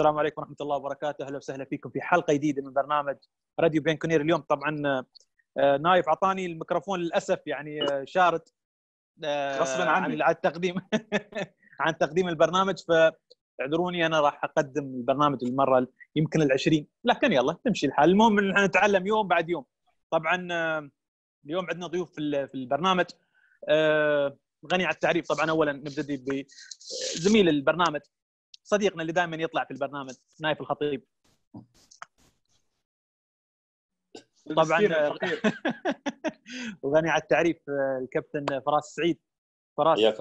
السلام عليكم ورحمة الله وبركاته. أهلا وسهلا فيكم في حلقة جديدة من برنامج راديو بينكونير. اليوم طبعا نايف أعطاني الميكروفون للأسف، يعني شارد غصبا عني عن التقديم عن تقديم البرنامج، فاعذروني. أنا راح أقدم البرنامج المرة يمكن ال20، لكن يلا تمشي الحال. المهم إن احنا نتعلم يوم بعد يوم. طبعا اليوم عندنا ضيوف في البرنامج غني عن التعريف. طبعا أولا نبتدي بزميل البرنامج، صديقنا اللي دائما يطلع في البرنامج، نايف الخطيب. طبعا وغني عن التعريف الكابتن فراس السعيد. فراس.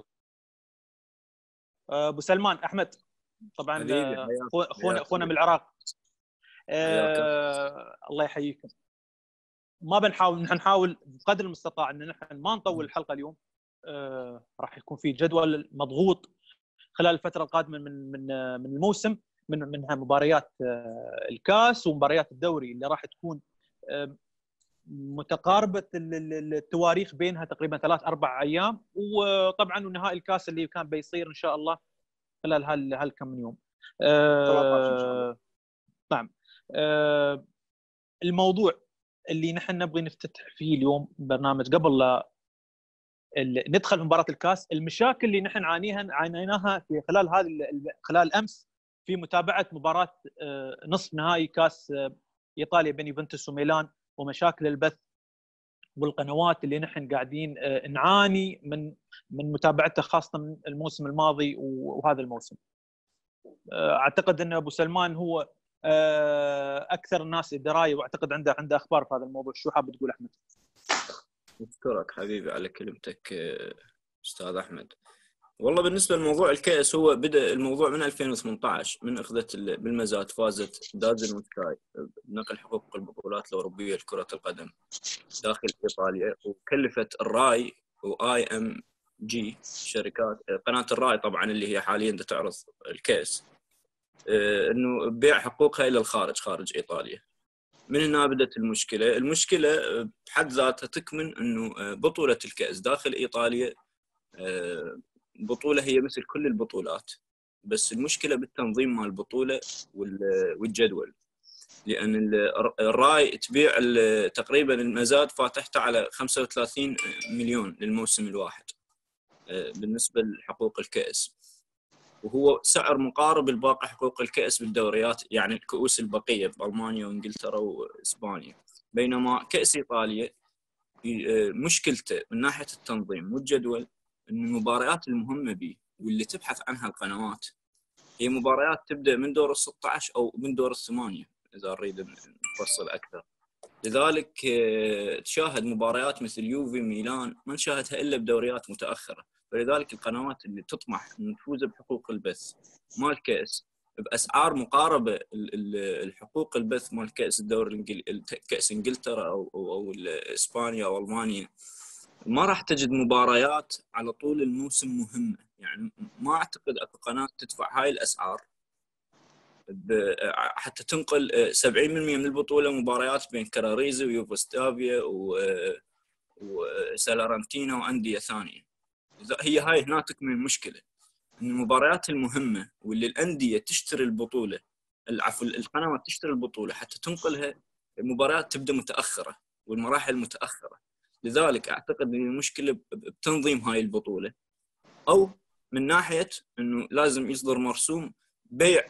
ابو سلمان احمد، طبعا اخونا من العراق. الله يحييكم. ما بنحاول، نحاول بقدر المستطاع ان نحن ما نطول الحلقه اليوم. راح يكون في جدول مضغوط خلال الفتره القادمه من الموسم، منها مباريات الكاس ومباريات الدوري اللي راح تكون متقاربه التواريخ بينها تقريبا 3-4 ايام، وطبعا ونهائي الكاس اللي كان بيصير ان شاء الله خلال هالكم من يوم. 13 ان شاء الله. نعم. الموضوع اللي نحن نبغي نفتتح فيه اليوم برنامج، قبل لا ندخل في مباراه الكاس، المشاكل اللي نحن عانيناها في خلال امس في متابعه مباراه نصف نهائي كاس ايطاليا بين يوفنتوس وميلان، ومشاكل البث والقنوات اللي نحن قاعدين نعاني من متابعتها، خاصه من الموسم الماضي وهذا الموسم. اعتقد ان ابو سلمان هو اكثر الناس درايه، واعتقد عنده اخبار في هذا الموضوع. شو حاب تقول احمد؟ أشكرك حبيبي على كلمتك أستاذ أحمد. والله بالنسبة لموضوع الكأس، هو بدأ الموضوع من 2018 من أخذت بالمزاد، فازت دازل وسكاي بنقل حقوق البطولات الأوروبية لكرة القدم داخل إيطاليا، وكلفت الراي وآي أم جي شركات قناة الراي طبعا اللي هي حاليا تعرض الكأس إنه بيع حقوقها إلى الخارج، خارج إيطاليا. من هنا بدأت المشكلة بحد ذاتها تكمن أنه بطولة الكأس داخل إيطاليا بطولة هي مثل كل البطولات، بس المشكلة بالتنظيم مال البطولة والجدول، لأن الراي تبيع تقريبا المزاد فاتحته على 35 مليون للموسم الواحد بالنسبة لحقوق الكأس، وهو سعر مقارب لباقي حقوق الكأس بالدوريات، يعني الكؤوس البقية بألمانيا وإنجلترا وإسبانيا. بينما كأس إيطاليا مشكلته من ناحية التنظيم والجدول أن المباريات المهمة به واللي تبحث عنها القنوات هي مباريات تبدأ من دور 16 أو من دور 8 إذا نريد نفصل أكثر. لذلك تشاهد مباريات مثل يوفي ميلان ما نشاهدها إلا بدوريات متأخرة، فلذلك القنوات اللي تطمح أن تفوز بحقوق البث مال الكأس بأسعار مقاربة الحقوق البث مال كأس الدوري كأس إنجلترا أو إسبانيا أو ألمانيا، ما راح تجد مباريات على طول الموسم مهمة. يعني ما أعتقد أكو قناة تدفع هاي الأسعار حتى تنقل 70% من البطولة مباريات بين كاراريزي ويوغوسلافيا وسالارنتينا وأندية ثانية. هي هاي هنا تكمن المشكلة، إن المباريات المهمة واللي الأندية تشتري البطولة، عفوا القنوات تشتري البطولة حتى تنقلها، المباريات تبدأ متأخرة والمراحل متأخرة. لذلك أعتقد أن المشكلة بتنظيم هاي البطولة، أو من ناحية أنه لازم يصدر مرسوم بيع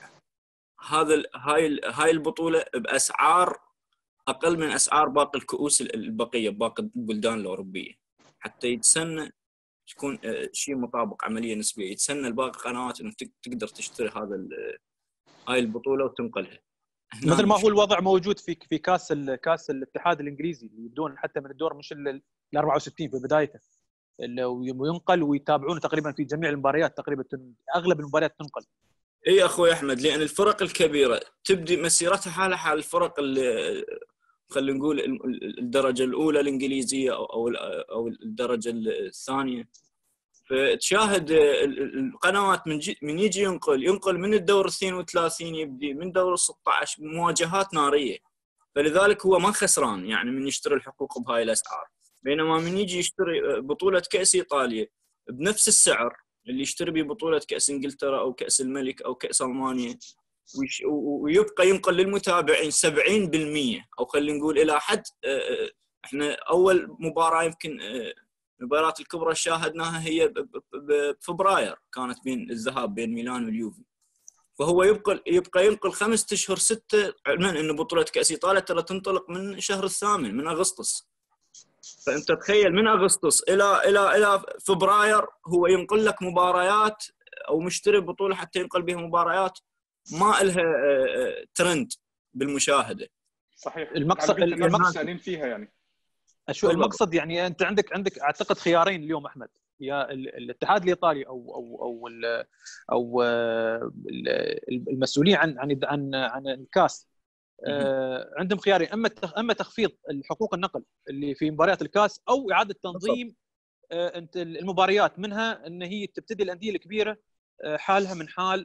هاي البطولة بأسعار أقل من أسعار باقي الكؤوس البقية باقي البلدان الأوروبية، حتى يتسنى تكون شيء مطابق عملية نسبية، يتسنى الباقي القنوات إنه تقدر تشتري هاي البطولة وتنقلها. مثل ما هو الوضع موجود في كاس الاتحاد الإنجليزي، اللي يبدون حتى من الدور مش ال 64 في بدايته، وينقل ويتابعونه تقريبا في جميع المباريات، تقريبا أغلب المباريات تنقل. اي اخوي احمد، لان الفرق الكبيره تبدي مسيرتها حالها حال الفرق اللي خلينا نقول الدرجه الاولى الانجليزيه او الدرجه الثانيه، فتشاهد القنوات من يجي ينقل من الدور 32 يبدي من دور 16 مواجهات ناريه، فلذلك هو ما خسران يعني من يشتري الحقوق بهاي الاسعار. بينما من يجي يشتري بطوله كاس ايطاليا بنفس السعر اللي يشتري به بطولة كأس إنجلترا أو كأس الملك أو كأس ألمانيا، ويبقى ينقل للمتابعين 70%، او خلينا نقول الى حد احنا اول مباراه يمكن المباراه الكبرى شاهدناها هي بفبراير، كانت بين الذهاب بين ميلان واليوفي، فهو يبقى ينقل 5 اشهر 6، علما انه بطوله كاس ايطاليا ترى تنطلق من شهر الثامن من اغسطس. فانت تخيل من اغسطس الى فبراير هو ينقل لك مباريات، او مشتري بطوله حتى ينقل بها مباريات ما لها ترند بالمشاهده. صحيح. المقصد سالين فيها يعني. شو المقصد يعني؟ انت عندك اعتقد خيارين اليوم احمد، يا الاتحاد الايطالي او المسؤولين عن الكاس، عندهم خيارين، اما تخفيض حقوق النقل اللي في مباريات الكاس، او اعاده تنظيم انت المباريات، منها ان هي تبتدي الانديه الكبيره حالها من حال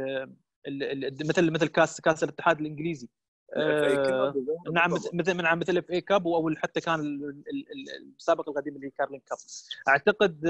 مثل كاس الاتحاد الانجليزي، نعم، مثل الاف اي كاب، او حتى كان السابق القديم اللي كارلين كاب. اعتقد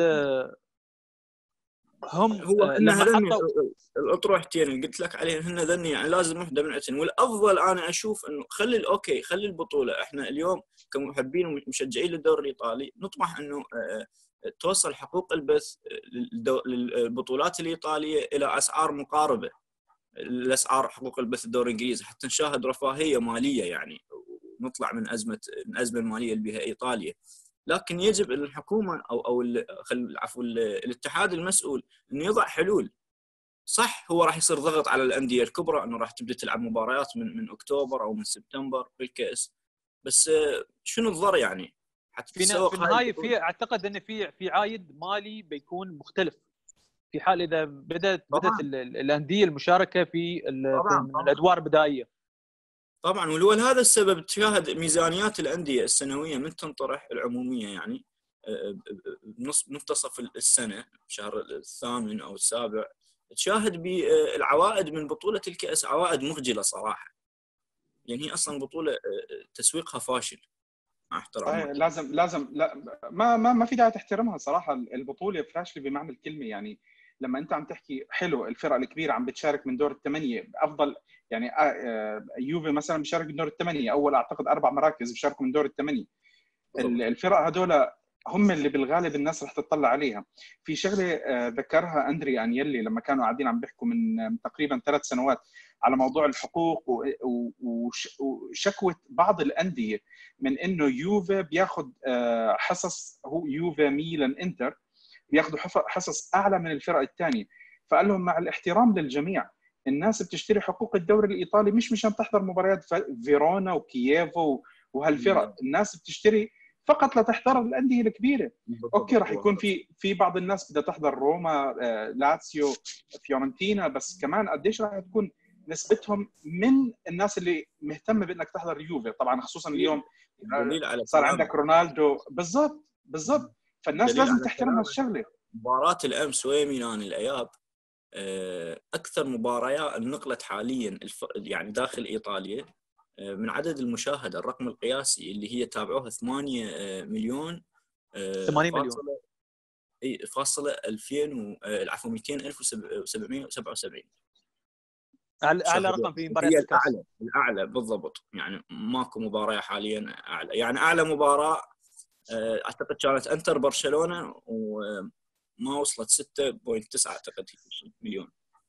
هم هو لما حطوا الاطروحتين اللي قلت لك عليهم هن ذني، يعني لازم وحده من عتن. والافضل انا اشوف انه خلي البطوله. احنا اليوم كمحبين ومشجعين للدوري الايطالي نطمح انه توصل حقوق البث للبطولات الايطاليه الى اسعار مقاربه الاسعار حقوق البث الدوري الانجليزي، حتى نشاهد رفاهيه ماليه يعني، ونطلع من الازمه الماليه اللي بها ايطاليا. لكن يجب الحكومه او الاتحاد المسؤول انه يضع حلول. صح هو راح يصير ضغط على الانديه الكبرى انه راح تبدا تلعب مباريات من اكتوبر او من سبتمبر بالكاس، بس شنو الضر يعني؟ حتى في النهايه اعتقد ان في عايد مالي بيكون مختلف في حال اذا بدات الانديه المشاركه في الادوار البدائيه. طبعا، ولهذا السبب تشاهد ميزانيات الانديه السنويه من تنطرح العموميه يعني منتصف السنه شهر الثامن او السابع، تشاهد بالعوائد من بطوله الكاس عوائد مخجله صراحه. يعني هي اصلا بطوله تسويقها فاشل مع احترامي. لازم لا ما في داعي تحترمها صراحه. البطوله فاشله بمعنى الكلمه. يعني لما انت عم تحكي حلو الفرق الكبيره عم بتشارك من دور الثمانيه افضل، يعني يوفي مثلا بيشارك من دور الثمانيه، اول اعتقد 4 مراكز بيشاركوا من دور الثمانيه. الفرق هذول هم اللي بالغالب الناس رح تطلع عليها. في شغله ذكرها اندري انيلي لما كانوا قاعدين عم بيحكوا من تقريبا 3 سنوات على موضوع الحقوق وشكوى بعض الانديه من انه يوفي بياخذ حصص، هو يوفي ميلان انتر بياخذوا حصص اعلى من الفرق الثانيه. فقال لهم مع الاحترام للجميع، الناس بتشتري حقوق الدوري الايطالي مش مشان تحضر مباريات فيرونا وكييفو وهالفرق، الناس بتشتري فقط لتحضر الانديه الكبيره. اوكي راح يكون في بعض الناس بدها تحضر روما، لاتسيو، فيورنتينا، بس كمان قديش راح تكون نسبتهم من الناس اللي مهتمه بانك تحضر يوفي؟ طبعا خصوصا اليوم صار عندك رونالدو. بالضبط. فالناس لازم تحترم هالشغله. مباراه الامس وميلان الاياب اكثر مباريات نقلت حاليا يعني داخل ايطاليا من عدد المشاهده. الرقم القياسي اللي هي تابعوها 8 مليون 80 مليون فاصلة 200,777 اعلى رقم في مباريات الكاس. الاعلى بالضبط. يعني ماكو مباراه حاليا اعلى. يعني اعلى مباراه اعتقد كانت انتر برشلونه وما وصلت 6.9 اعتقد مليون.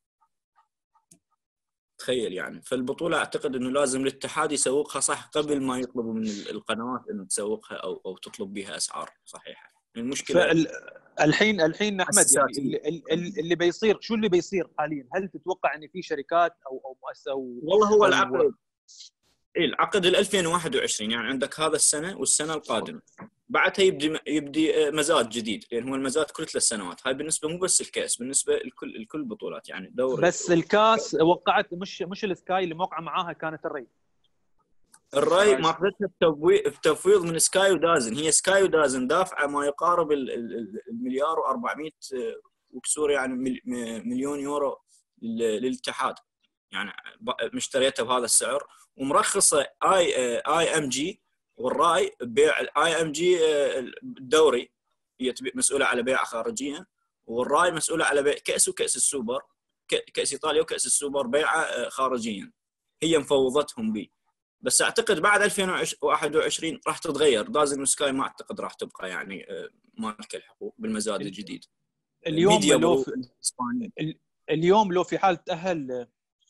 تخيل يعني. فالبطوله اعتقد انه لازم الاتحاد يسوقها صح قبل ما يطلبوا من القنوات انه تسوقها او تطلب بها اسعار صحيحه. المشكله الحين احمد يعني اللي بيصير، شو اللي بيصير حاليا؟ هل تتوقع ان في شركات او مؤسسه والله هو العقد 2021 يعني عندك هذا السنه والسنه القادمه، بعدها يبدي مزاد جديد، لان هو المزاد كل 3 سنوات. هاي بالنسبه مو بس الكاس، بالنسبه لكل البطولات يعني دوري. بس الكاس وقعت مش السكاي اللي موقعه معاها، كانت الري ما اخذتها بتفويض من سكاي ودازن. هي سكاي ودازن دافعه ما يقارب المليار و400 وكسور يعني مليون يورو للاتحاد، يعني مشتريتها بهذا السعر ومرخصه اي ام جي. والراي بيع الاي ام جي الدوري هي مسؤوله على بيعها خارجيا، والراي مسؤوله على بيع كاس وكاس السوبر. كاس ايطاليا وكاس السوبر بيعه خارجيا، هي مفوضتهم به. بس اعتقد بعد 2021 راح تتغير. دازن سكاي ما اعتقد راح تبقى يعني مالك الحقوق بالمزاد الجديد. اليوم لو في حال تاهل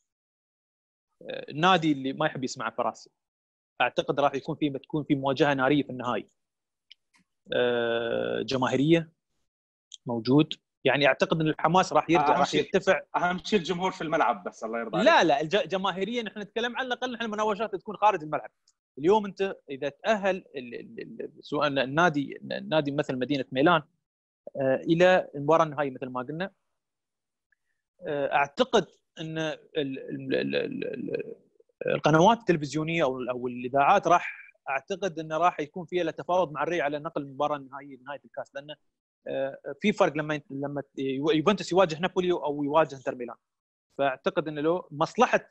النادي اللي ما يحب يسمع فراس، اعتقد راح تكون في مواجهه ناريه في النهائي، جماهيريه موجود. يعني اعتقد ان الحماس راح يرجع، راح يرتفع. اهم شيء الجمهور في الملعب بس، الله يرضى عليك. لا جماهيريا نحن نتكلم على الاقل، نحن المناوشات تكون خارج الملعب. اليوم انت اذا تاهل سواء النادي مثل مدينه ميلان الى المباراه النهائيه مثل ما قلنا، اعتقد ان القنوات التلفزيونيه او الاذاعات اعتقد انه راح يكون فيها تفاوض مع الري على نقل المباراه النهائيه لنهايه الكاس، لان في فرق لما يوفنتوس يواجه نابولي او يواجه انتر ميلان. فاعتقد انه له مصلحه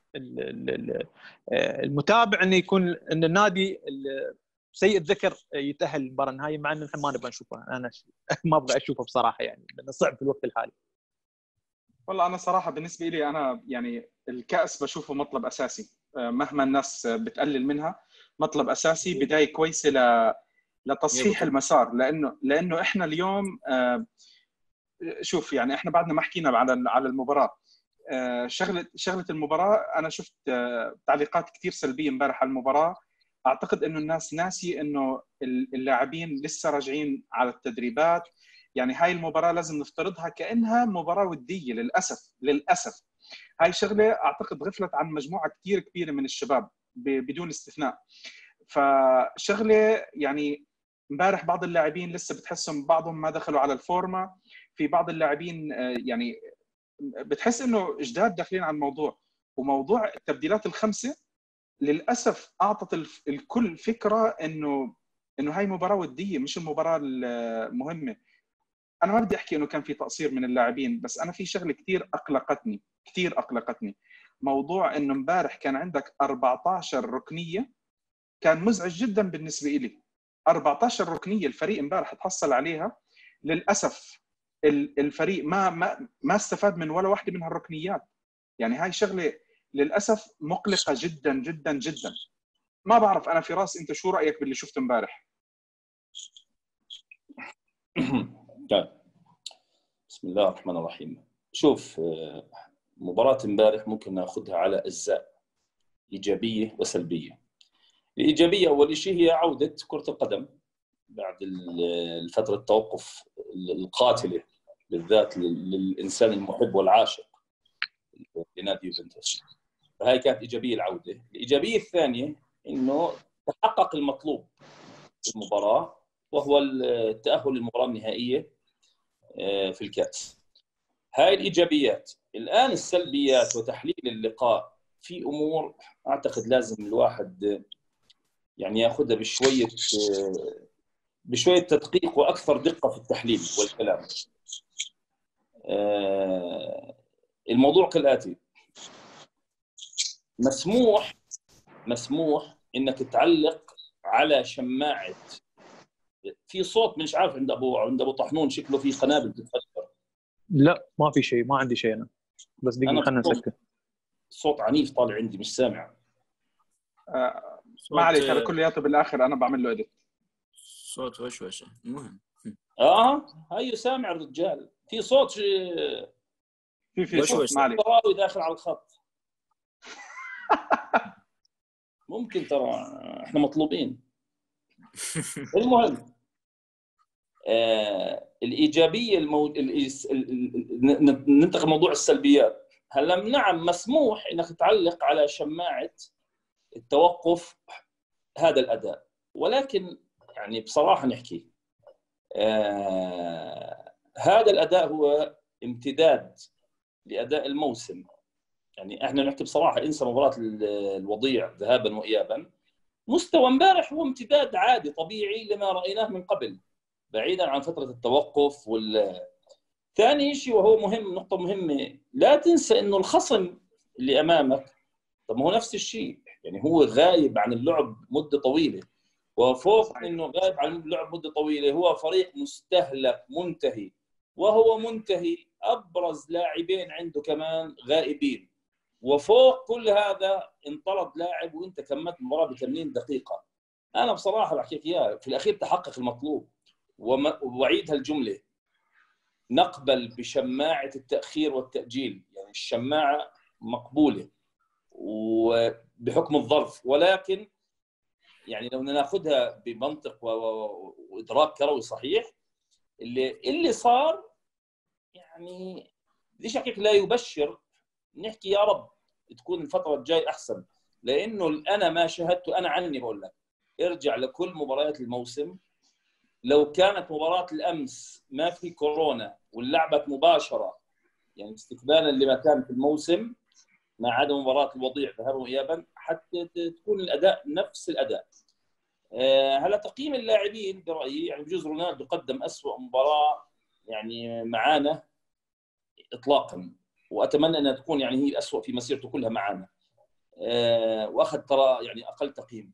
المتابع انه يكون ان النادي سيء الذكر يتاهل للمباراه النهائيه، مع ان نحن ما نبغى نشوفه. انا ما ابغى اشوفه بصراحه، يعني لانه صعب في الوقت الحالي. والله انا صراحه بالنسبه لي انا يعني الكاس بشوفه مطلب اساسي، مهما الناس بتقلل منها، مطلب اساسي، بدايه كويسه لتصحيح المسار. لانه احنا اليوم شوف يعني احنا بعدنا ما حكينا على المباراه. شغله المباراه، انا شفت تعليقات كثير سلبيه امبارح على المباراه. اعتقد انه الناس ناسي انه اللاعبين لسه راجعين على التدريبات. يعني هاي المباراه لازم نفترضها كانها مباراه وديه. للاسف هاي شغله اعتقد غفلت عن مجموعه كثير كبيره من الشباب بدون استثناء. فشغله يعني امبارح بعض اللاعبين لسه بتحسهم بعضهم ما دخلوا على الفورمه، في بعض اللاعبين يعني بتحس انه جداد داخلين على الموضوع. وموضوع التبديلات الخمسه للاسف اعطت الكل فكره انه هاي مباراه وديه مش المباراه المهمه. انا ما بدي احكي انه كان في تقصير من اللاعبين، بس انا في شغله كثير اقلقتني. موضوع انه امبارح كان عندك 14 ركنيه، كان مزعج جدا بالنسبه لي. 14 ركنيه الفريق امبارح تحصل عليها. للاسف الفريق ما استفاد من ولا واحده من هالركنيات. يعني هاي شغله للاسف مقلقه جدا جدا جدا. ما بعرف انا فراس، انت شو رايك باللي شفته امبارح؟ طيب، بسم الله الرحمن الرحيم. شوف، مباراة امبارح ممكن ناخذها على اجزاء ايجابيه وسلبيه. الايجابيه اول شيء هي عوده كره القدم بعد فتره التوقف القاتله، بالذات للانسان المحب والعاشق لنادي يوفنتوس. فهي كانت ايجابيه العوده. الايجابيه الثانيه انه تحقق المطلوب في المباراه، وهو التاهل للمباراه النهائيه في الكاس. هاي الايجابيات. الان السلبيات وتحليل اللقاء، في امور اعتقد لازم الواحد يعني ياخذها بشويه تدقيق واكثر دقه في التحليل والكلام. الموضوع كالاتي: مسموح انك تعلق على شماعه. في صوت مش عارف عند ابو طحنون، شكله في قنابل بتتفجر. لا ما في شيء، ما عندي شيء انا، بس دقيقه خلينا نسكت. صوت عنيف طالع عندي مش سامع. ما عليك، هذا كلياته بالاخر انا بعمل له اديت. صوت وشوشه. المهم هيو سامع الرجال. في صوت في صوت. ما عليك، راوي داخل على الخط. ممكن ترى احنا مطلوبين. المهم الايجابيه ننتقل موضوع السلبيات. هلا نعم مسموح انك تعلق على شماعه التوقف هذا الاداء، ولكن يعني بصراحه نحكي هذا الاداء هو امتداد لاداء الموسم. يعني احنا نحكي بصراحه، انسى مباراه الوضيع ذهابا وايابا. مستوى امبارح هو امتداد عادي طبيعي لما رايناه من قبل، بعيدا عن فتره التوقف. ثاني شيء وهو مهم، نقطه مهمه، لا تنسى انه الخصم اللي امامك طب ما هو نفس الشيء، يعني هو غايب عن اللعب مده طويله، وفوق انه غايب عن اللعب مده طويله هو فريق مستهلك منتهي، وهو منتهي ابرز لاعبين عنده كمان غائبين، وفوق كل هذا انطرد لاعب وانت كملت المباراه ب 80 دقيقه. انا بصراحه بحكيك اياها، في الاخير تحقق المطلوب. واعيد هالجمله، نقبل بشماعه التاخير والتاجيل، يعني الشماعه مقبوله وبحكم الظرف، ولكن يعني لو ناخذها بمنطق وادراك كروي صحيح، اللي صار يعني ليش احكيك لا يبشر، نحكي يا رب تكون الفتره الجاي احسن. لانه انا ما شاهدته، انا عني بقول لك، ارجع لكل مباريات الموسم، لو كانت مباراه الامس ما في كورونا واللعبه مباشره يعني استقبالا لما كان في الموسم، ما عدا مباراه الوضيع ذهابا وايابا، حتى تكون الاداء نفس الاداء. هلا تقييم اللاعبين برايي، يعني بجوز رونالدو قدم أسوأ مباراه يعني معانا اطلاقا، واتمنى انها تكون يعني هي الأسوأ في مسيرته كلها معانا، واخذ ترى يعني اقل تقييم.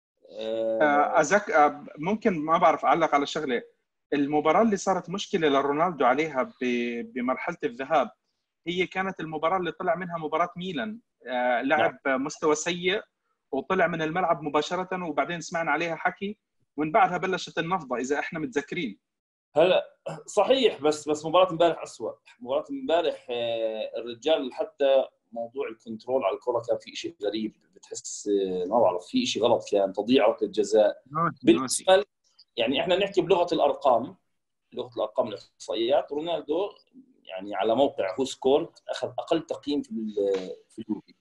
ممكن ما بعرف اعلق على شغله. المباراه اللي صارت مشكله لرونالدو عليها بمرحله الذهاب هي كانت المباراه اللي طلع منها مباراه ميلان، لعب مستوى سيء وطلع من الملعب مباشره، وبعدين سمعنا عليها حكي ومن بعدها بلشت النفضه اذا احنا متذكرين. هلا صحيح، بس مباراه امبارح اسوء. مباراه امبارح الرجال حتى موضوع الكنترول على الكره كان في شيء غريب، بتحس ما بعرف في شيء غلط، كان تضييع ركله جزاء بالنسبه. يعني احنا نحكي بلغه الارقام، الاحصائيات، رونالدو يعني على موقع هو سكورت اخذ اقل تقييم في اليوفي.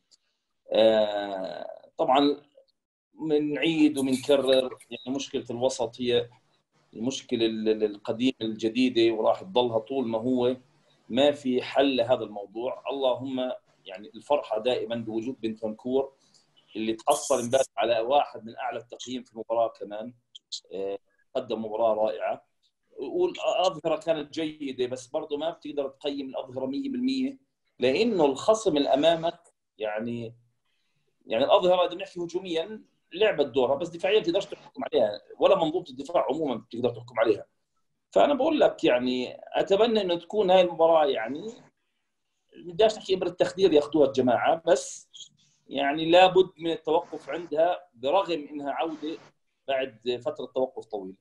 طبعا بنعيد وبنكرر، يعني مشكله الوسط هي المشكله القديمه الجديده، وراح تضلها طول ما هو ما في حل لهذا الموضوع. اللهم يعني الفرحه دائما بوجود بنتنكور اللي تحصل امبارح على واحد من اعلى التقييم في المباراه كمان، قدم مباراه رائعه. والاظهره كانت جيده، بس برضه ما بتقدر تقيم الاظهره 100%، لانه الخصم اللي امامك يعني الاظهره اذا بنحكي هجوميا لعبت دورها، بس دفاعيا ما بتقدرش تحكم عليها، ولا منظومه الدفاع عموما بتقدر تحكم عليها. فانا بقول لك يعني اتمنى انه تكون هاي المباراه، يعني بداش نحكي ابره التخدير ياخذوها الجماعه، بس يعني لابد من التوقف عندها برغم انها عوده بعد فتره توقف طويله.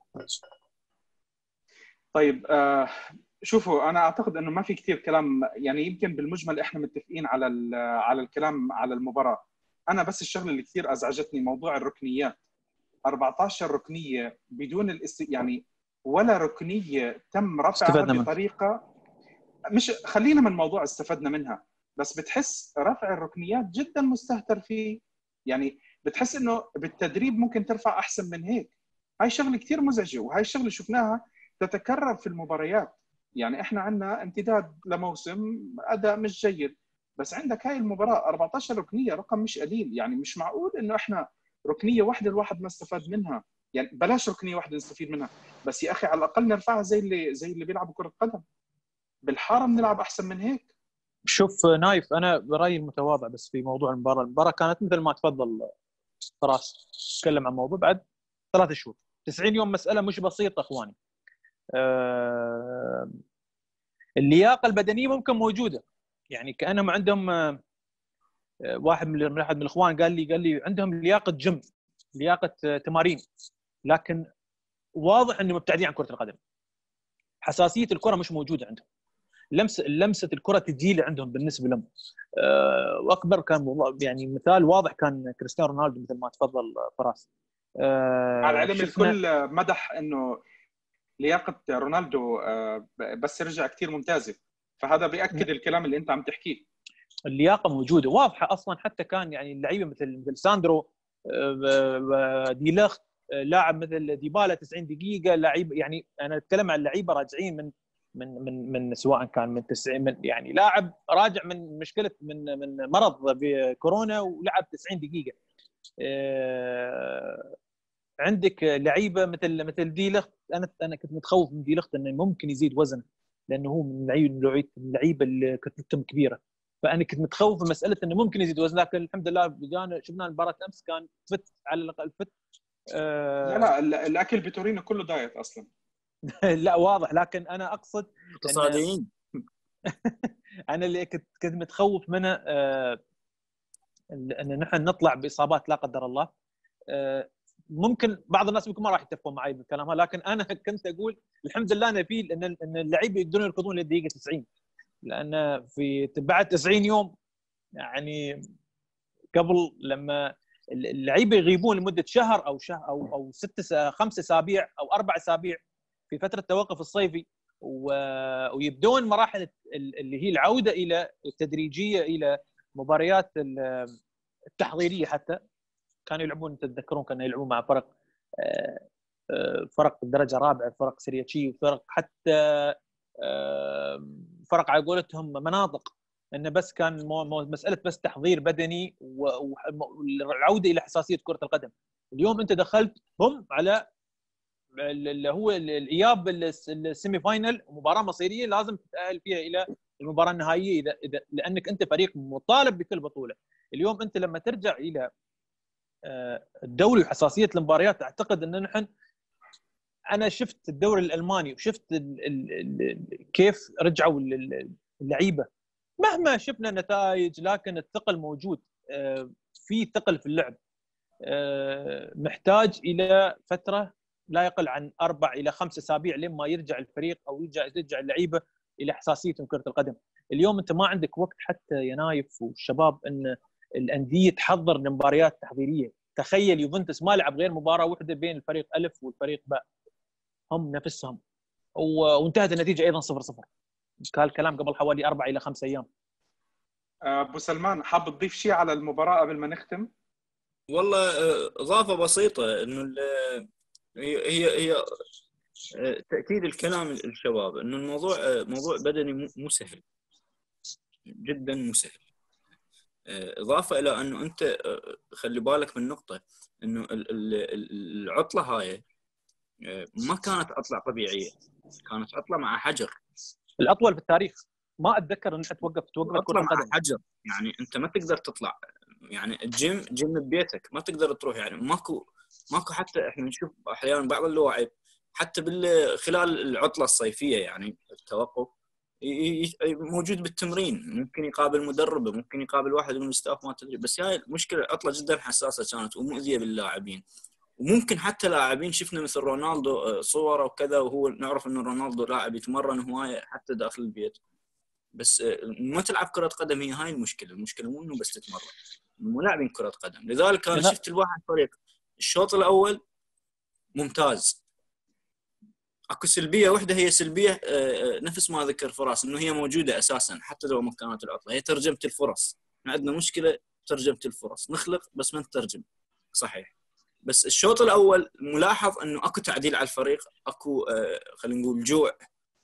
طيب شوفوا، انا اعتقد انه ما في كثير كلام، يعني يمكن بالمجمل احنا متفقين على الكلام على المباراه. انا بس الشغله اللي كثير ازعجتني موضوع الركنيات، 14 ركنيه بدون يعني ولا ركنيه تم رفعها بطريقه، مش خلينا من موضوع استفدنا منها، بس بتحس رفع الركنيات جدا مستهتر فيه. يعني بتحس انه بالتدريب ممكن ترفع احسن من هيك. هاي شغله كثير مزعجه، وهاي الشغله شفناها تتكرر في المباريات. يعني احنا عندنا امتداد لموسم اداء مش جيد، بس عندك هاي المباراه 14 ركنيه، رقم مش قليل. يعني مش معقول انه احنا ركنيه واحده الواحد ما استفاد منها. يعني بلاش ركنيه واحده نستفيد منها، بس يا اخي على الاقل نرفعها زي اللي بيلعبوا كره قدم. بالحاره بنلعب احسن من هيك. شوف نايف، انا برايي المتواضع بس في موضوع المباراه كانت مثل ما تفضل فراس، تكلم عن موضوع بعد 3 شهور 90 يوم، مساله مش بسيطه اخواني. اللياقه البدنيه ممكن موجوده، يعني كانهم عندهم واحد من الاخوان قال لي عندهم لياقه جيم، لياقه تمارين، لكن واضح انهم مبتعدين عن كره القدم. حساسيه الكره مش موجوده عندهم، لمسه الكره ثقيله عندهم بالنسبه لهم. واكبر كان يعني مثال واضح كان كريستيانو رونالدو مثل ما تفضل فراس. على العلم الكل مدح انه لياقه رونالدو بس رجع كثير ممتازه، فهذا بياكد الكلام اللي انت عم تحكيه. اللياقه موجوده واضحه اصلا، حتى كان يعني اللعيبه مثل ساندرو، دي لخت، لاعب مثل ديبالا 90 دقيقه، لعيب يعني انا اتكلم عن لعيبه راجعين من سواء كان من 90 من يعني لاعب راجع من مشكله من مرض بكورونا ولعب 90 دقيقه. عندك لعيبه مثل دي لخت، انا كنت متخوف من دي لخت انه ممكن يزيد وزنه، لانه هو من اللعيبه اللي كتلتهم كبيره، فانا كنت متخوف من مساله انه ممكن يزيد وزن، لكن الحمد لله شفنا مباراه امس كان فت على الاقل فت. لا الاكل بتورينو كله دايت اصلا. لا واضح، لكن انا اقصد اقتصاديين انا اللي كنت متخوف منه ان نحن نطلع باصابات لا قدر الله. ممكن بعض الناس ممكن ما راح يتفقون معي بالكلام هذا، لكن انا كنت اقول الحمد لله نبيل ان اللعيبه يقدرون يركضون للدقيقه 90، لان في بعد 90 يوم يعني قبل لما اللعيبه يغيبون لمده شهر او 5 اسابيع او 4 اسابيع في فتره التوقف الصيفي، ويبدون مراحل اللي هي العوده الى التدريجيه الى مباريات التحضيريه. حتى كانوا يلعبون، تتذكرون كانوا يلعبون مع فرق الدرجه الرابعه، فرق سرياتشي، وفرق حتى فرق على قولتهم مناطق، انه بس كان مساله بس تحضير بدني والعوده الى حساسيه كره القدم. اليوم انت دخلت هم على اللي هو الاياب السيمي فاينل، مباراه مصيريه لازم تتاهل فيها الى المباراه النهائيه اذا لانك انت فريق مطالب بكل بطوله. اليوم انت لما ترجع الى الدوري وحساسيه المباريات، اعتقد ان نحن، انا شفت الدوري الالماني وشفت كيف رجعوا اللعيبه، مهما شفنا نتائج لكن الثقل موجود، في ثقل في اللعب، محتاج الى فتره لا يقل عن 4 إلى 5 أسابيع لما يرجع الفريق او يرجع اللعيبه الى حساسيتهم كره القدم. اليوم انت ما عندك وقت حتى يا نايف والشباب ان الانديه تحضر لمباريات تحضيريه. تخيل يوفنتوس ما لعب غير مباراه واحده بين الفريق الف والفريق باء، هم نفسهم، وانتهت النتيجه ايضا 0-0. كان الكلام قبل حوالي 4 إلى 5 أيام. ابو سلمان، حاب تضيف شيء على المباراه قبل ما نختم؟ والله اضافه بسيطه، انه هي تاكيد الكلام الشباب، انه الموضوع موضوع بدني مو سهل، جدا مو سهل. اضافه الى انه انت خلي بالك من نقطه، انه العطله هاي ما كانت عطله طبيعيه، كانت عطله مع حجر، الاطول في التاريخ. ما اتذكر ان توقف عطله مع حجر، يعني انت ما تقدر تطلع، يعني الجيم ببيتك ما تقدر تروح، يعني ماكو حتى احنا نشوف احيانا بعض اللاعب حتى خلال العطله الصيفيه، يعني التوقف موجود بالتمرين، ممكن يقابل مدربه، ممكن يقابل واحد من الستاف ما تدري. بس هاي المشكله، عطله جدا حساسه كانت ومؤذيه باللاعبين، وممكن حتى لاعبين شفنا مثل رونالدو صوره وكذا، وهو نعرف انه رونالدو لاعب يتمرن هوايه حتى داخل البيت، بس ما تلعب كره قدم. هي هاي المشكله مو انه بس تتمرن، مو لاعبين كره قدم. لذلك انا شفت الواحد فريق الشوط الاول ممتاز، اكو سلبيه واحده، هي سلبيه نفس ما ذكر فراس، انه هي موجوده اساسا حتى لو ما كانت العطله، هي ترجمه الفرص. احنا عندنا مشكله ترجمه الفرص، نخلق بس ما نترجم صحيح. بس الشوط الاول ملاحظ انه اكو تعديل على الفريق، اكو خلينا نقول جوع،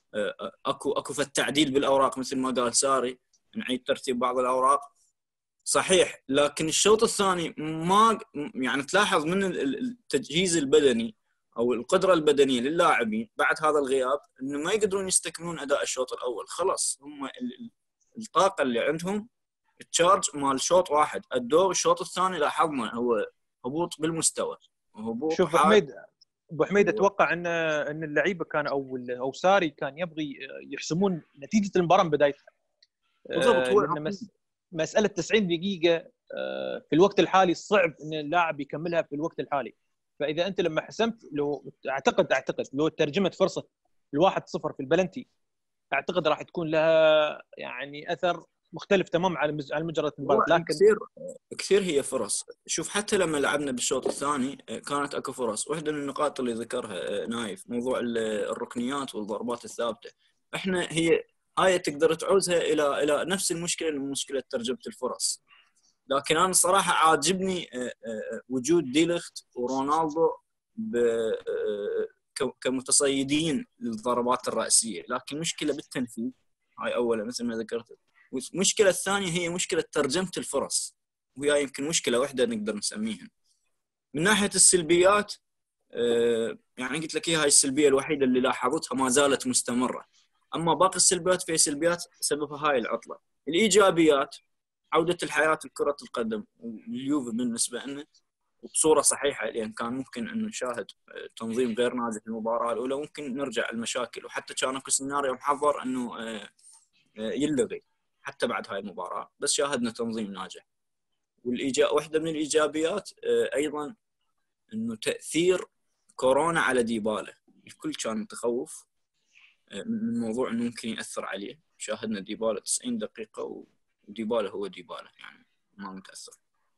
اكو فالتعديل بالاوراق مثل ما قال ساري، نعيد ترتيب بعض الاوراق صحيح. لكن الشوط الثاني ما يعني تلاحظ من التجهيز البدني او القدره البدنيه للاعبين بعد هذا الغياب انه ما يقدرون يستكملون اداء الشوط الاول. خلص هم الطاقه اللي عندهم التشارج مال شوط واحد ادوه. الشوط الثاني لاحظنا هو هبوط بالمستوى، هبوط. شوف ابو حميد اتوقع ان اللعيبه كان او ساري كان يبغي يحسمون نتيجه المباراه من بدايتها بالضبط. هو مساله 90 دقيقه في الوقت الحالي صعب ان اللاعب يكملها في الوقت الحالي. فاذا انت لما حسمت، لو اعتقد لو ترجمت فرصه ال1-0 في البلنتي، اعتقد راح تكون لها يعني اثر مختلف تماما على مجرد المباراه. لكن كثير هي فرص. شوف حتى لما لعبنا بالشوط الثاني كانت اكو فرص. واحده من النقاط اللي ذكرها نايف موضوع الركنيات والضربات الثابته، احنا هاي تقدر تعوزها الى نفس المشكله، مشكله ترجمه الفرص. لكن انا الصراحه عاجبني وجود ديليخت ورونالدو كمتصيدين للضربات الرأسية، لكن مشكلة بالتنفيذ هاي أولا مثل ما ذكرت. والمشكلة الثانية هي مشكلة ترجمة الفرص، وهي يمكن مشكلة واحدة نقدر نسميها. من ناحية السلبيات يعني قلت لك هاي السلبية الوحيدة اللي لاحظتها ما زالت مستمرة. أما باقي السلبيات فهي سلبيات سببها هاي العطلة. الإيجابيات عودة الحياة لكرة القدم واليوفي بالنسبة لنا وبصورة صحيحة، لأن كان ممكن أن نشاهد تنظيم غير ناجح في المباراة الأولى، ممكن نرجع المشاكل. وحتى كان اكو سيناريو محضر أنه يلغي حتى بعد هاي المباراه، بس شاهدنا تنظيم ناجح. واحده من الايجابيات ايضا انه تاثير كورونا على ديبالا. الكل كان متخوف من موضوع انه ممكن ياثر عليه، شاهدنا ديبالا 90 دقيقه وديبالا هو ديبالا يعني ما متاثر.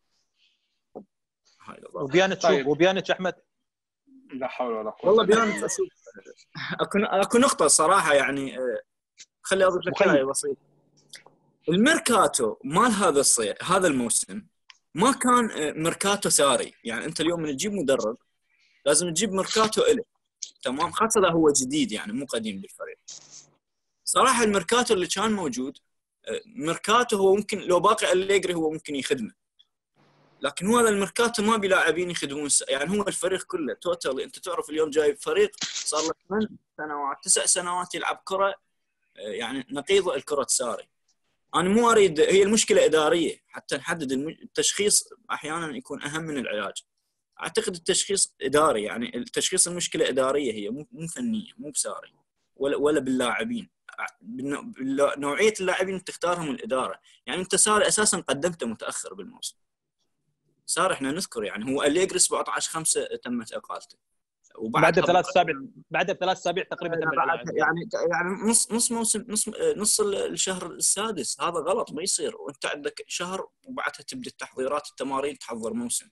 هاي وبيانت شوف وبيانت احمد لا حول ولا قوه والله الا بيانت بالله. اشوف اكو نقطه صراحه يعني خلي اضيف لك راي بسيط. الميركاتو مال هذا الموسم ما كان ميركاتو ساري. يعني انت اليوم من تجيب مدرب لازم تجيب ميركاتو له تمام، خاصه اذا هو جديد يعني مو قديم بالفريق. صراحه الميركاتو اللي كان موجود ميركاتو هو ممكن لو باقي أليجري هو ممكن يخدمه، لكن هو هذا الميركاتو ما بلاعبين يخدمون يعني هو الفريق كله توتالي. انت تعرف اليوم جايب فريق صار له 8 سنوات 9 سنوات يلعب كره يعني نقيض الكره الساري. انا مو اريد، هي المشكله اداريه حتى نحدد التشخيص احيانا يكون اهم من العلاج. اعتقد التشخيص اداري، يعني التشخيص المشكله اداريه، هي مو فنيه مو بساري ولا باللاعبين. نوعيه اللاعبين اللي تختارهم الاداره. يعني انت ساري اساسا قدمته متاخر بالموسم. ساري احنا نذكر يعني هو أليجري 17/5 تمت اقالته، بعد بثلاث اسابيع تقريبا تم الاعلان. يعني نص موسم، نص الشهر السادس. هذا غلط ما يصير، وانت عندك شهر وبعدها تبدا التحضيرات التمارين تحضر موسم.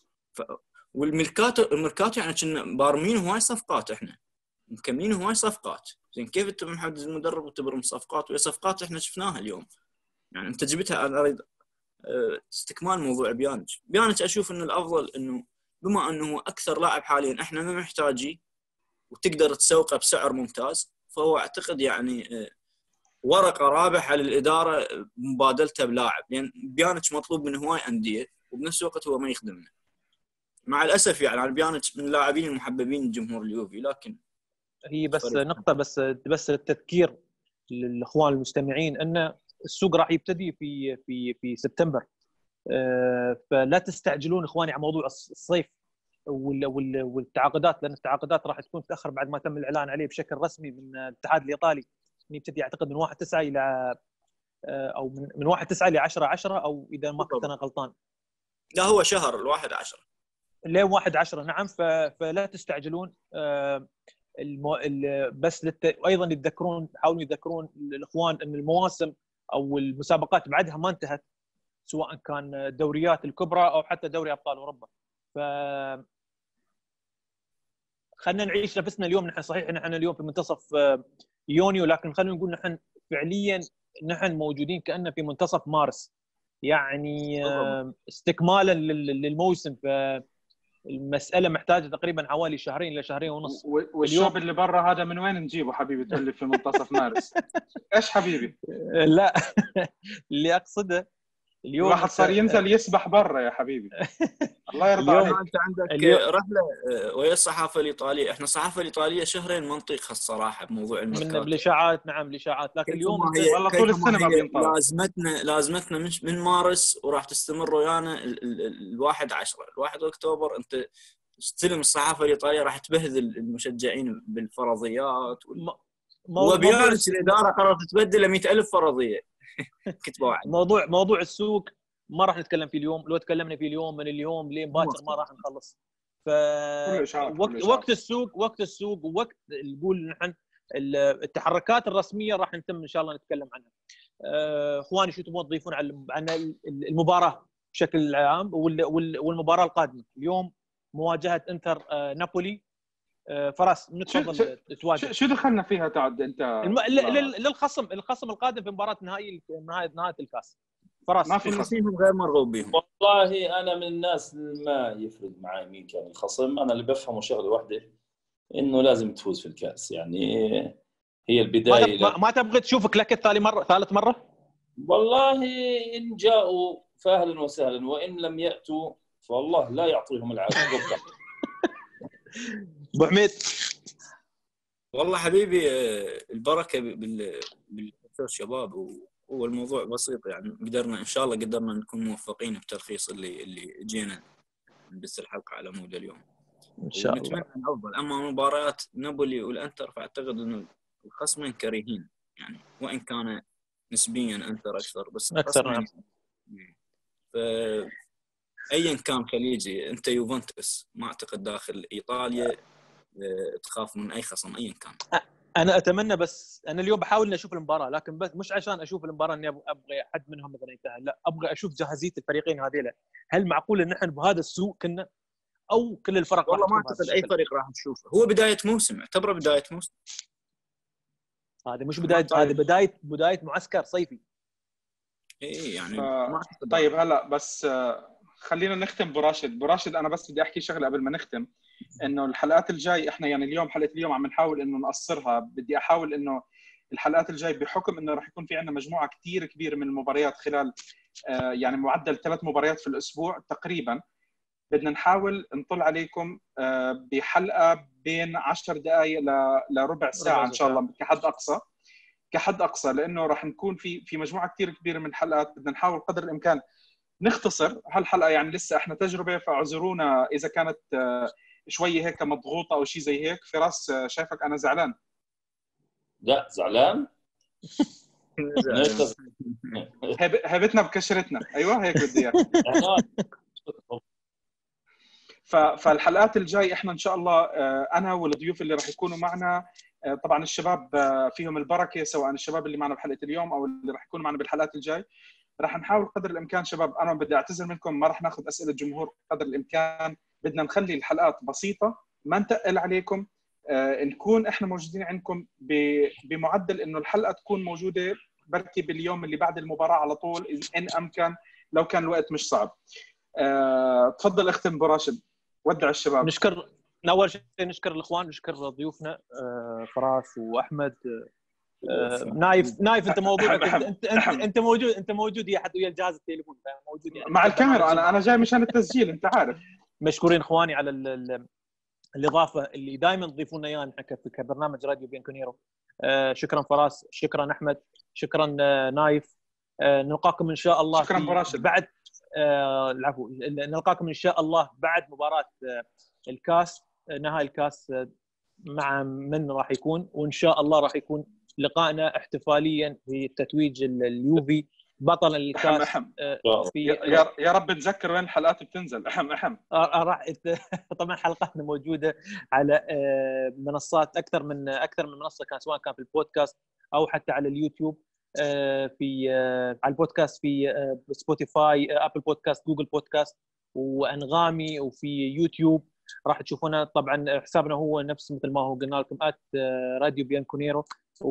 الميركاتو يعني كنا بارمين هواي صفقات، احنا مكملين هواي صفقات. زين كيف انت محدد المدرب وتبرم صفقات؟ وهي صفقات احنا شفناها اليوم يعني انت جبتها. انا اريد استكمال موضوع بيانيتش اشوف انه الافضل انه بما انه هو اكثر لاعب حاليا احنا ما محتاجيه وتقدر تسوقه بسعر ممتاز، فهو اعتقد يعني ورقه رابحه للاداره مبادلته بلاعب، لان بيانيتش مطلوب من هواي انديه وبنفس الوقت هو ما يخدمنا. مع الاسف يعني بيانيتش من اللاعبين المحببين لجمهور اليوفي، لكن هي بس نقطه بس للتذكير للاخوان المستمعين ان السوق راح يبتدي في سبتمبر، فلا تستعجلون اخواني على موضوع الصيف والتعاقدات، لان التعاقدات راح تكون تاخر بعد ما تم الاعلان عليه بشكل رسمي من الاتحاد الايطالي. يبتدي اعتقد من 1/9 الى او من 1/9 ل 10/10 او اذا ما كنت انا غلطان. لا هو شهر 1/10 لين 1/10 نعم. فلا تستعجلون. بس ايضا يتذكرون، حاولوا يذكرون الاخوان ان المواسم او المسابقات بعدها ما انتهت، سواء كان الدوريات الكبرى او حتى دوري ابطال اوروبا. ف خلينا نعيش نفسنا اليوم. نحن صحيح نحن اليوم في منتصف يونيو، لكن خلينا نقول نحن فعليا نحن موجودين كأننا في منتصف مارس، يعني استكمالا للموسم. فالمسألة محتاجة تقريبا حوالي شهرين إلى شهرين ونص. والشوب اللي برا هذا من وين نجيبه حبيبي؟ تقول لي في منتصف مارس ايش حبيبي؟ لا اللي أقصده اليوم الواحد صار ينزل يسبح برا يا حبيبي. الله يرضى عليك. انت عندك رحله ويا الصحافه الايطاليه. احنا الصحافه الايطاليه شهرين ما نطيقها الصراحه بموضوع الميركاتو من الاشاعات. نعم الاشاعات، لكن اليوم والله طول السنه ما بينطلق. لازمتنا من مارس وراح تستمر ويانا 1 اكتوبر. انت استلم الصحافه الايطاليه راح تبهذل المشجعين بالفرضيات وبيانيتش الاداره قررت تبدل 100,000 فرضيه. كتبوا واحد. موضوع السوق ما راح نتكلم فيه اليوم. لو تكلمنا فيه اليوم من اليوم لين باكر ما راح نخلص. ف وقت السوق ووقت نقول نحن التحركات الرسميه راح نتم ان شاء الله نتكلم عنها. اخواني شو تبغون تضيفون عن المباراه بشكل عام والمباراه القادمه اليوم مواجهه انتر نابولي؟ فراس نتفضل تواجه. شو دخلنا فيها تعد انت الخصم القادم في مباراه نهائي الكاس. فراس ما في خصم غير مرغوب بهم. والله انا من الناس ما يفرق معي مين كان الخصم. انا اللي بفهمه شغله واحده، انه لازم تفوز في الكاس. يعني هي البدايه. ما تبغى تشوف كلاكيت ثالث مره؟ والله ان جاءوا فاهلا وسهلا، وان لم ياتوا فالله لا يعطيهم العافيه. ابو حميد والله حبيبي البركه بالشباب والموضوع بسيط. يعني قدرنا ان شاء الله نكون موفقين بتلخيص اللي جينا نبث الحلقه على مود اليوم ان شاء الله. ونتمنى الافضل. اما مباريات نابولي والانتر فاعتقد انه الخصمين كريهين، يعني وان كان نسبيا انتر اكثر، بس اكثر نعم. ايا كان خليجي، انت يوفنتوس، ما اعتقد داخل ايطاليا تخاف من اي خصم ايا كان. انا اتمنى، بس انا اليوم بحاول اني اشوف المباراه، لكن بس مش عشان اشوف المباراه اني ابغى حد منهم مثلا ينتهي، لا ابغى اشوف جاهزيه الفريقين هذيلا. هل معقول ان نحن بهذا السوء كنا، او كل الفرق والله ما اعتقد اي فريق راح نشوفه. هو بدايه موسم، اعتبره بدايه موسم. هذه مش بدايه، هذه بدايه معسكر صيفي. اي يعني طيب هلا بس خلينا نختم براشد. انا بس بدي احكي شغله قبل ما نختم، انه الحلقات الجاي احنا يعني اليوم حلقه اليوم عم نحاول انه نقصرها. بدي احاول انه الحلقات الجاي بحكم انه راح يكون في عندنا مجموعه كثير كبيره من المباريات خلال يعني معدل 3 مباريات في الاسبوع تقريبا، بدنا نحاول نطل عليكم بحلقه بين 10 دقائق لربع ساعه ان شاء الله كحد اقصى، لانه راح نكون في مجموعه كثير كبيره من الحلقات. بدنا نحاول قدر الامكان نختصر هالحلقه، يعني لسه احنا تجربه، فاعذرونا اذا كانت شويه هيك مضغوطه او شيء زي هيك. فراس شايفك انا زعلان. لا زعلان. هبتنا بكشرتنا. ايوه هيك بدي اياك. فالحلقات الجاي احنا ان شاء الله انا والضيوف اللي راح يكونوا معنا، طبعا الشباب فيهم البركه، سواء الشباب اللي معنا بحلقه اليوم او اللي راح يكونوا معنا بالحلقات الجاي، راح نحاول قدر الامكان. شباب انا بدي اعتذر منكم، ما راح ناخذ اسئله الجمهور قدر الامكان. بدنا نخلي الحلقات بسيطه، ما نتقل عليكم، نكون احنا موجودين عندكم بمعدل انه الحلقه تكون موجوده بركي باليوم اللي بعد المباراه على طول ان امكن، لو كان الوقت مش صعب. تفضل اختم براشد، ودع الشباب. نشكر اول شيء، نشكر الاخوان، نشكر ضيوفنا فراس واحمد. نايف انت موضوعك، انت موجود يا حد ويا جهاز التليفون موجود يعني مع الكاميرا. انا جاي مشان التسجيل انت عارف. مشكورين اخواني على الاضافه اللي دائما تضيفون لنا اياها نحن كبرنامج راديو بيانكونيرو. شكرا فراس، شكرا احمد، شكرا نايف. نلقاكم ان شاء الله شكرا براشد. بعد العفو، نلقاكم ان شاء الله بعد مباراه الكاس، نهائي الكاس مع من راح يكون، وان شاء الله راح يكون لقائنا احتفاليا في تتويج اليوفي بطل الكاس. يا رب نذكر وين الحلقات بتنزل. احم راح طبعا حلقاتنا موجوده على منصات اكثر من منصه، كان سواء كان في البودكاست او حتى على اليوتيوب، في على البودكاست في سبوتيفاي، ابل بودكاست، جوجل بودكاست، وانغامي، وفي يوتيوب راح تشوفونا. طبعا حسابنا هو نفس مثل ما هو قلنا لكم @راديو بيانكونيرو،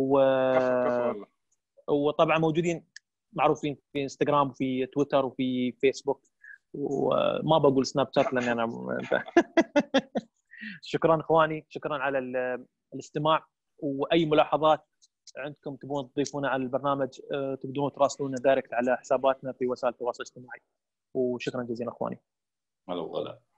وطبعا موجودين معروفين في انستغرام وفي تويتر وفي فيسبوك، وما بقول سناب شات لان انا شكرا اخواني، شكرا على الاستماع. واي ملاحظات عندكم تبون تضيفونها على البرنامج تقدرون تراسلونا دايركت على حساباتنا في وسائل التواصل الاجتماعي. وشكرا جزيلا اخواني. هلا والله.